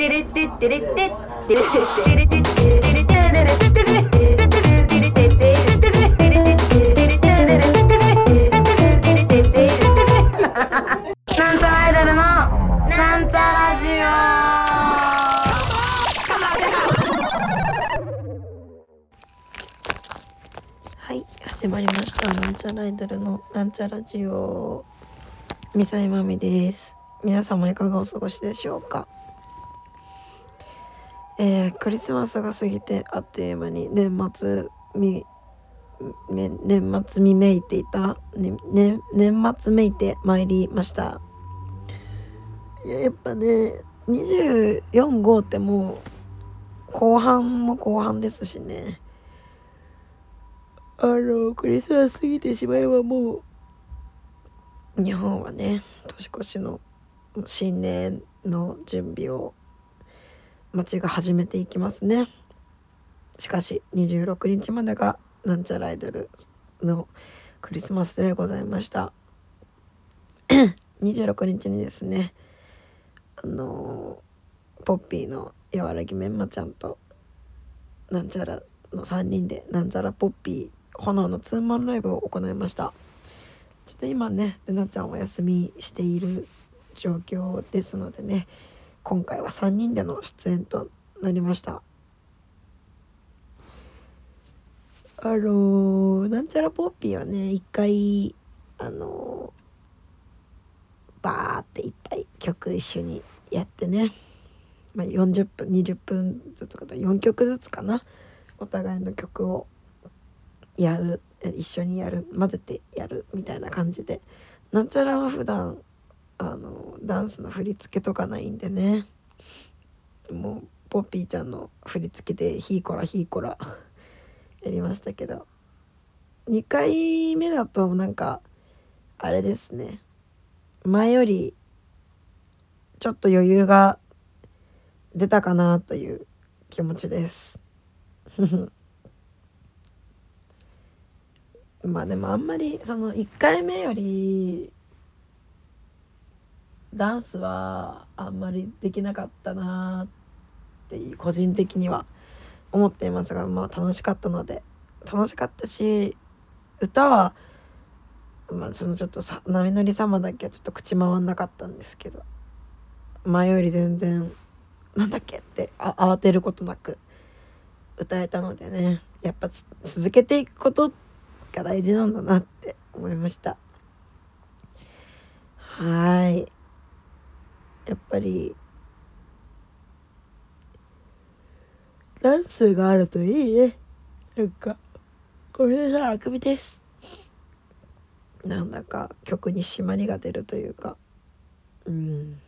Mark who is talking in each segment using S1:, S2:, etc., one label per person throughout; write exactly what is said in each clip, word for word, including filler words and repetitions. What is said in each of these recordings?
S1: なんちゃらアイドルのなんちゃラジオ。はい、始まりました。なんちゃらアイドルのなんちゃラジオ。みさいまみです。皆様いかがお過ごしでしょうか。えー、クリスマスが過ぎてあっという間に年末み年末見めいていた、ねね、年末めいてまいりました。いや、やっぱねにじゅうよん号ってもう後半も後半ですしね、あのクリスマス過ぎてしまえばもう日本はね年越しの新年の準備を街が始めていきますね。しかしにじゅうろくにちまでがなんちゃらアイドルのクリスマスでございました。にじゅうろくにちにですね、あのポッピーのやわらぎめんまちゃんとなんちゃらのさんにんでなんちゃらポッピー炎のツーマンライブを行いました。ちょっと今ねルナちゃんお休みしている状況ですのでね、今回はさんにんでの出演となりました。あのー、なんちゃらポッピーはね一回あのー、バーっていっぱい曲一緒にやってね、まあ、よんじゅっぷんにじゅっぷんずつかなよんきょくずつかな、お互いの曲をやる、一緒にやる、混ぜてやるみたいな感じで、なんちゃらは普段あのダンスの振り付けとかないんでね、もうポッピーちゃんの振り付けでヒーコラヒーコラやりましたけど、にかいめだとなんかあれですね、前よりちょっと余裕が出たかなという気持ちですまあでもあんまりそのいっかいめよりダンスはあんまりできなかったなっていう個人的には思っていますが、まあ楽しかったので楽しかったし、歌はまあそのちょっとさ波乗り様だけはちょっと口回んなかったんですけど、前より全然なんだっけってあ慌てることなく歌えたのでね、やっぱ続けていくことが大事なんだなって思いました。はい、やっぱりダンスがあるといいね。なんかごめんなさい、あくびです。なんだか曲に締まりが出るというか、うん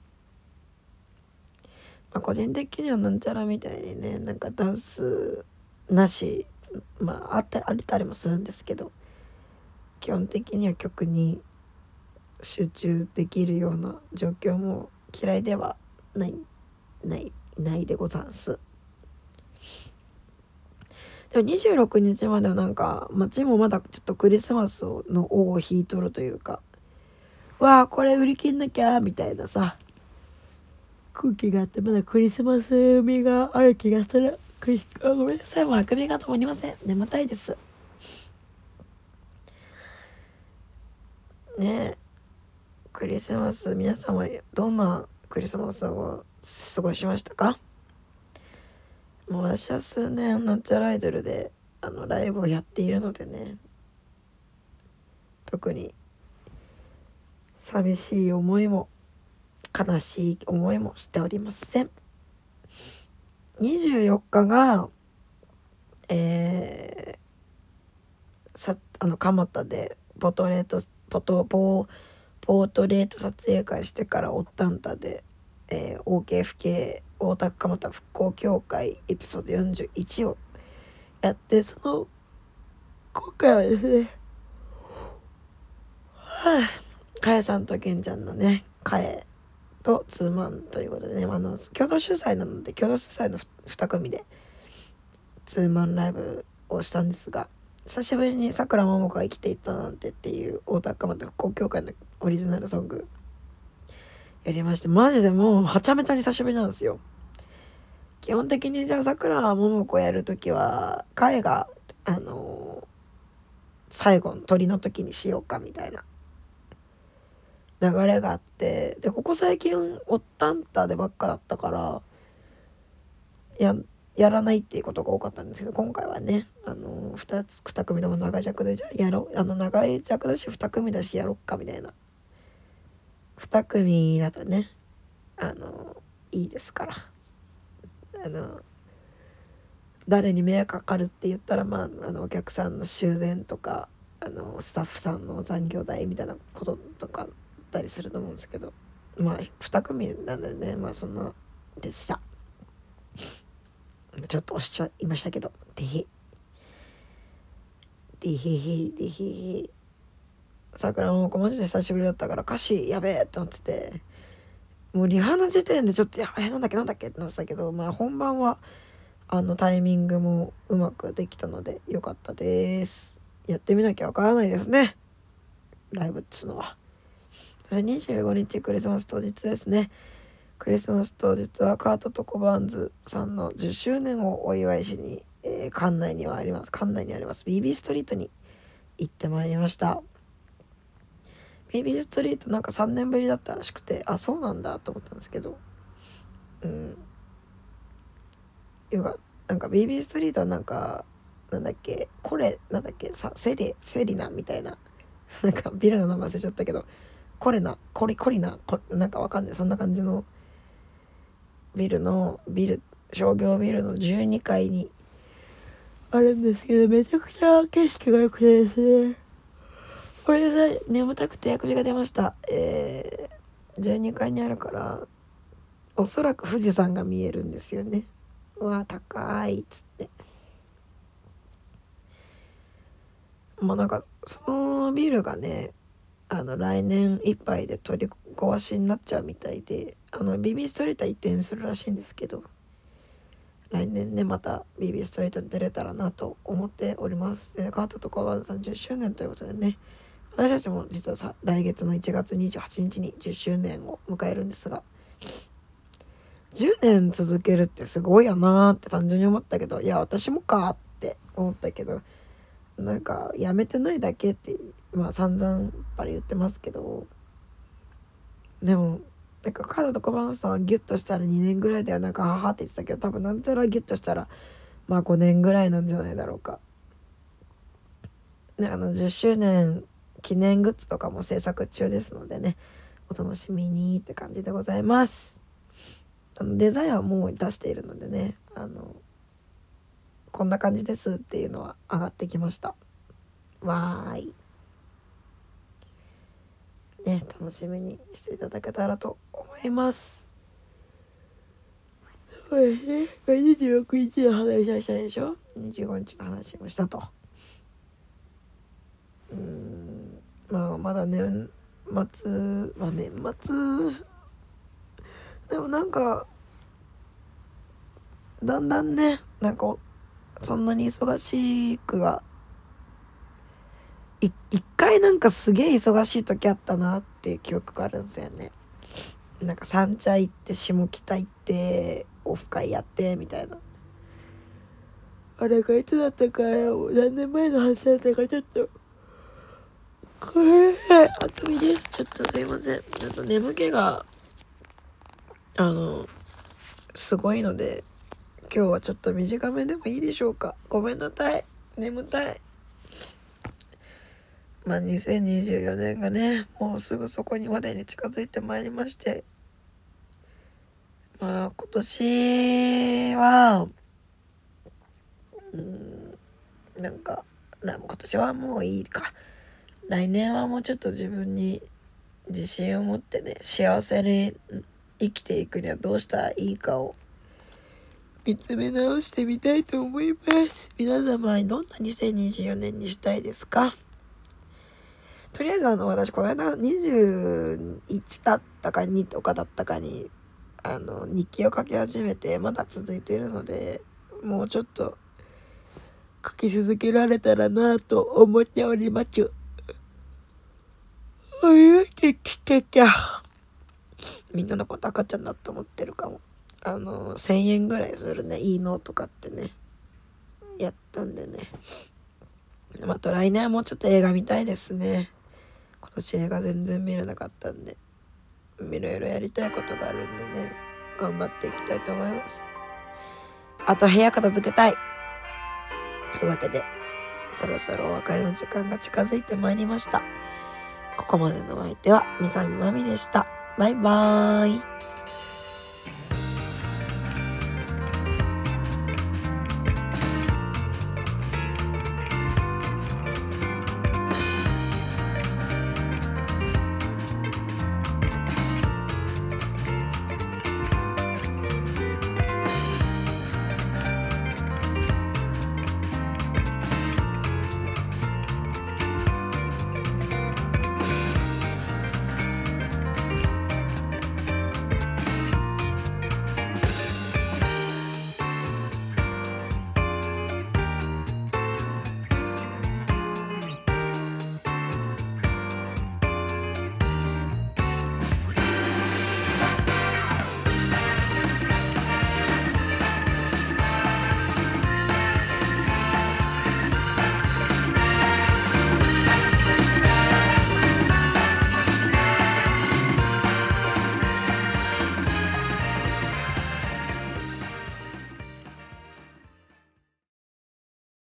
S1: まあ、個人的にはなんちゃらみたいにね、なんかダンスなし、まああったありたりもするんですけど、基本的には曲に集中できるような状況も嫌いではないないないでござんす。でもにじゅうろくにちまではなんか街もまだちょっとクリスマスの尾を引いとるというか、わあこれ売り切んなきゃみたいなさ空気があって、まだクリスマス味がある気がする。あごめんなさい、もうあくびが止まりません。眠たいですねえ。クリスマス皆さんはどんなクリスマスを過ごしましたか。もう私は数年なんちゃらアイドルであのライブをやっているのでね、特に寂しい思いも悲しい思いもしておりません。にじゅうよっかがえー、さあの蒲田でポトレートポトポポートレート撮影会してからおったんたで、えー、オーケーエフケー 大田区蒲田復興協会エピソードよんじゅういちをやって、その今回はですね、はあ、かやさんとけんちゃんのねかえとツーマンということでね、あの共同主催なので共同主催のに組でツーマンライブをしたんですが、久しぶりにさくらももこが生きていったなんてっていう大田区蒲田復興協会のオリジナルソングやりまして、マジでもうはちゃめちゃに久しぶりなんですよ。 基本的にじゃあさくらももこやるときはかえがあのー、最後の鳥の時にしようかみたいな流れがあって、でここ最近おったんたでばっかだったからややらないっていうことが多かったんですけど、今回はねあのー、ふたつに組とも長尺でじゃあやろう、あの長い尺だしに組だしやろっかみたいな、に組だとねあのー、いいですから、あの誰に迷惑かかるって言ったら、まあ、あのお客さんの修繕とかあのスタッフさんの残業代みたいなこととかったりすると思うんですけど、まあに組なんでね、まあそんなでした。ちょっと押しちゃいましたけど、でひでひひでひひ桜もこマジで久しぶりだったから歌詞やべえってなってて、もうリハの時点でちょっとやえなんだっけなんだっけってなってたけど、まあ本番はあのタイミングもうまくできたので良かったです。やってみなきゃわからないですね、ライブっつうのは。そしてにじゅうごにちクリスマス当日ですね。クリスマス当日はカートとコバーンズさんのじゅっしゅうねんをお祝いしに、えー、館内にはあります館内にあります ビービー ストリートに行ってまいりました。 ビービー ストリートなんかさんねんぶりだったらしくて、あそうなんだと思ったんですけど、うんよかなんか ビービー ストリートはなんかなんだっけこれなんだっけさセリセリナみたいななんかビルの名前忘れちゃったけど、コレナコリコリナこなんかわかんないそんな感じのビルのビル商業ビルのじゅうにかいにあるんですけど、めちゃくちゃ景色が良くてですね、ごめんなさい眠たくてあくびが出ました。えー、じゅうにかいにあるからおそらく富士山が見えるんですよね。うわ高いっつって、まあなんかそのビルがねあの来年いっぱいで取り壊しになっちゃうみたいで、あの ビービー ストリートは移転するらしいんですけど、来年ねまた ビービー ストリートに出れたらなと思っております。でカートとコバーンズさんじゅっしゅうねんということでね、私たちも実はさ来月のいちがつにじゅうはちにちにじゅっしゅうねんを迎えるんですが、じゅうねん続けるってすごいよなーって単純に思ったけど、いや私もかって思ったけど、なんかやめてないだけってまあ散々やっぱり言ってますけど、でもなんかカードとコバンさんはギュッとしたらにねんぐらいではなんか母って言ってたけど、多分なんちゃらギュッとしたらまあごねんぐらいなんじゃないだろうか。ね、あのじゅっしゅうねん記念グッズとかも制作中ですのでね、お楽しみにって感じでございます。あのデザインはもう出しているのでね、あのこんな感じですっていうのは上がってきました。わーいね、楽しみにしていただけたらと思います。そうですね、にじゅうろくにちの話をしたでしょ、にじゅうごにちの話もしたと。うーんまあまだ年末まあ年末でもなんかだんだんねなんかそんなに忙しくがい一回なんかすげえ忙しい時あったなっていう記憶があるんですよね。なんか三茶行って下北行ってオフ会やってみたいな、あれがいつだったかよ、何年前の話だったかちょっとこれあくびです。ちょっとすいません、ちょっと眠気があのすごいので今日はちょっと短めでもいいでしょうか。ごめんなさい、眠たい。まあにせんにじゅうよねんがねもうすぐそこにまでに近づいてまいりまして、まあ今年はうーんなんか今年はもういいか、来年はもうちょっと自分に自信を持ってね幸せに生きていくにはどうしたらいいかを見つめ直してみたいと思います。皆様はどんなにせんにじゅうよねんにしたいですか？とりあえずあの私この間にじゅういちだったかにとかだったかにあの日記を書き始めてまだ続いているので、もうちょっと書き続けられたらなと思っております。おいわけきけきゃみんなのこと赤ちゃんだと思ってるかも。 あのせんえんぐらいするねいいのとかってねやったんでね。また来年はもうちょっと映画見たいですね。今年映画全然見れなかったんで、いろいろやりたいことがあるんでね、頑張っていきたいと思います。あと部屋片付けたいというわけで、そろそろお別れの時間が近づいてまいりました。ここまでのお相手はみさみまみでした。バイバーイ。